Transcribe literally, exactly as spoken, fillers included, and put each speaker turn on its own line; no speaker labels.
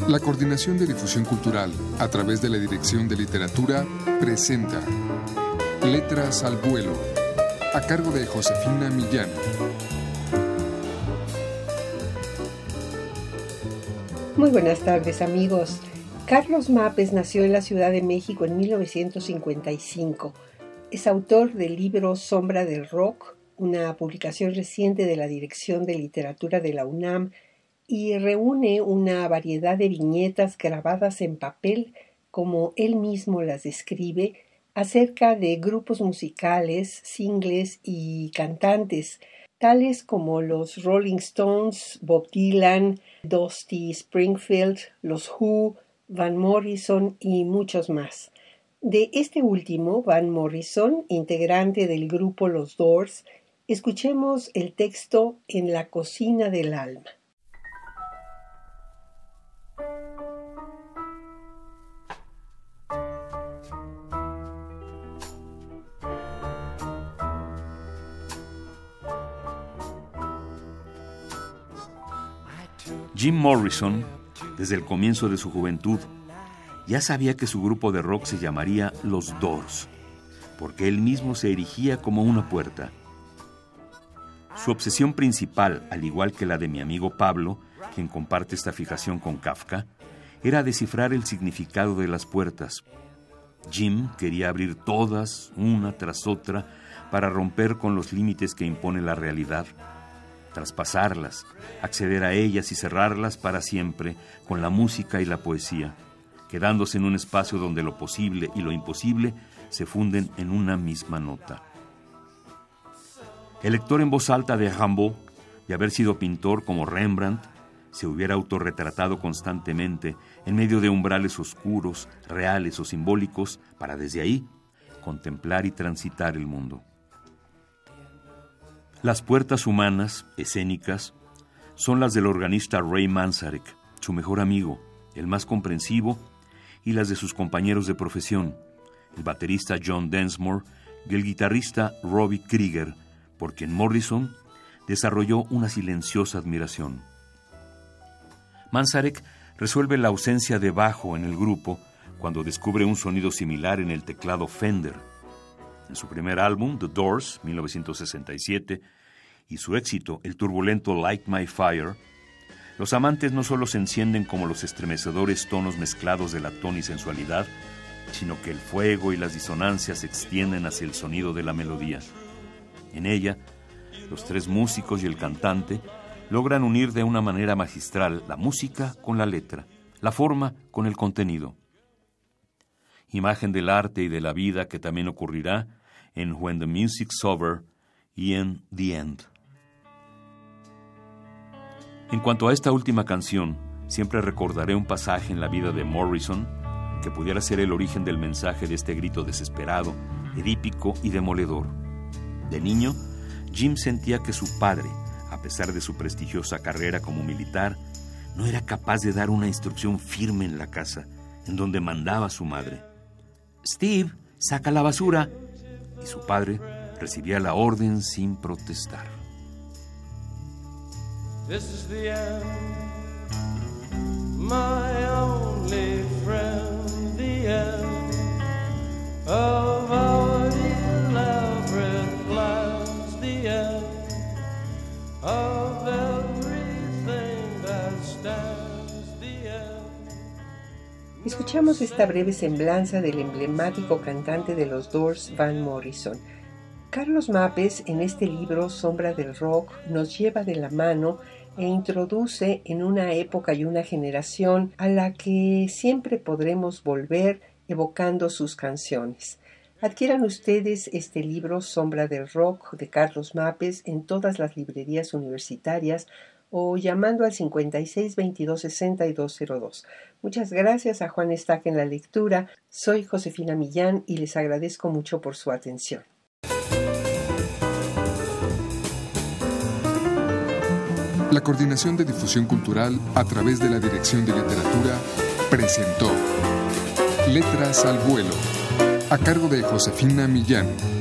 La Coordinación de Difusión Cultural, a través de la Dirección de Literatura, presenta Letras al Vuelo, a cargo de Josefina Millán.
Muy buenas tardes, amigos. Carlos Mapes nació en la Ciudad de México en mil novecientos cincuenta y cinco. Es autor del libro Sombra del Rock, una publicación reciente de la Dirección de Literatura de la UNAM, y reúne una variedad de viñetas grabadas en papel, como él mismo las describe, acerca de grupos musicales, singles y cantantes, tales como los Rolling Stones, Bob Dylan, Dusty Springfield, los Who, Van Morrison y muchos más. De este último, Van Morrison, integrante del grupo Los Doors, escuchemos el texto En la cocina del alma.
Jim Morrison, desde el comienzo de su juventud, ya sabía que su grupo de rock se llamaría Los Doors, porque él mismo se erigía como una puerta. Su obsesión principal, al igual que la de mi amigo Pablo, quien comparte esta fijación con Kafka, era descifrar el significado de las puertas. Jim quería abrir todas, una tras otra, para romper con los límites que impone la realidad, traspasarlas, acceder a ellas y cerrarlas para siempre con la música y la poesía, quedándose en un espacio donde lo posible y lo imposible se funden en una misma nota. El lector en voz alta de Rimbaud, de haber sido pintor como Rembrandt, se hubiera autorretratado constantemente en medio de umbrales oscuros, reales o simbólicos, para desde ahí contemplar y transitar el mundo. Las puertas humanas, escénicas, son las del organista Ray Manzarek, su mejor amigo, el más comprensivo, y las de sus compañeros de profesión, el baterista John Densmore y el guitarrista Robbie Krieger, por quien Morrison desarrolló una silenciosa admiración. Manzarek resuelve la ausencia de bajo en el grupo cuando descubre un sonido similar en el teclado Fender. En su primer álbum, The Doors, mil novecientos sesenta y siete, y su éxito, el turbulento Light My Fire, los amantes no solo se encienden como los estremecedores tonos mezclados de latón y sensualidad, sino que el fuego y las disonancias se extienden hacia el sonido de la melodía. En ella, los tres músicos y el cantante logran unir de una manera magistral la música con la letra, la forma con el contenido. Imagen del arte y de la vida que también ocurrirá en When the Music's Over y en The End. En cuanto a esta última canción, siempre recordaré un pasaje en la vida de Morrison que pudiera ser el origen del mensaje de este grito desesperado, edípico y demoledor. De niño, Jim sentía que su padre, a pesar de su prestigiosa carrera como militar, no era capaz de dar una instrucción firme en la casa, en donde mandaba su madre. «Steve, saca la basura», y su padre recibía la orden sin protestar.
This is the end, my only friend, the end of our elaborate plans, the end of everything that stands, the end.
Escuchamos esta breve semblanza del emblemático cantante de los Doors, Van Morrison. Carlos Mapes, en este libro Sombra del Rock, nos lleva de la mano e introduce en una época y una generación a la que siempre podremos volver evocando sus canciones. Adquieran ustedes este libro Sombra del Rock de Carlos Mapes en todas las librerías universitarias o llamando al cincuenta y seis veintidós sesenta y dos cero dos. Muchas gracias a Juan Estaca en la lectura. Soy Josefina Millán y les agradezco mucho por su atención.
La Coordinación de Difusión Cultural, a través de la Dirección de Literatura, presentó Letras al Vuelo, a cargo de Josefina Millán.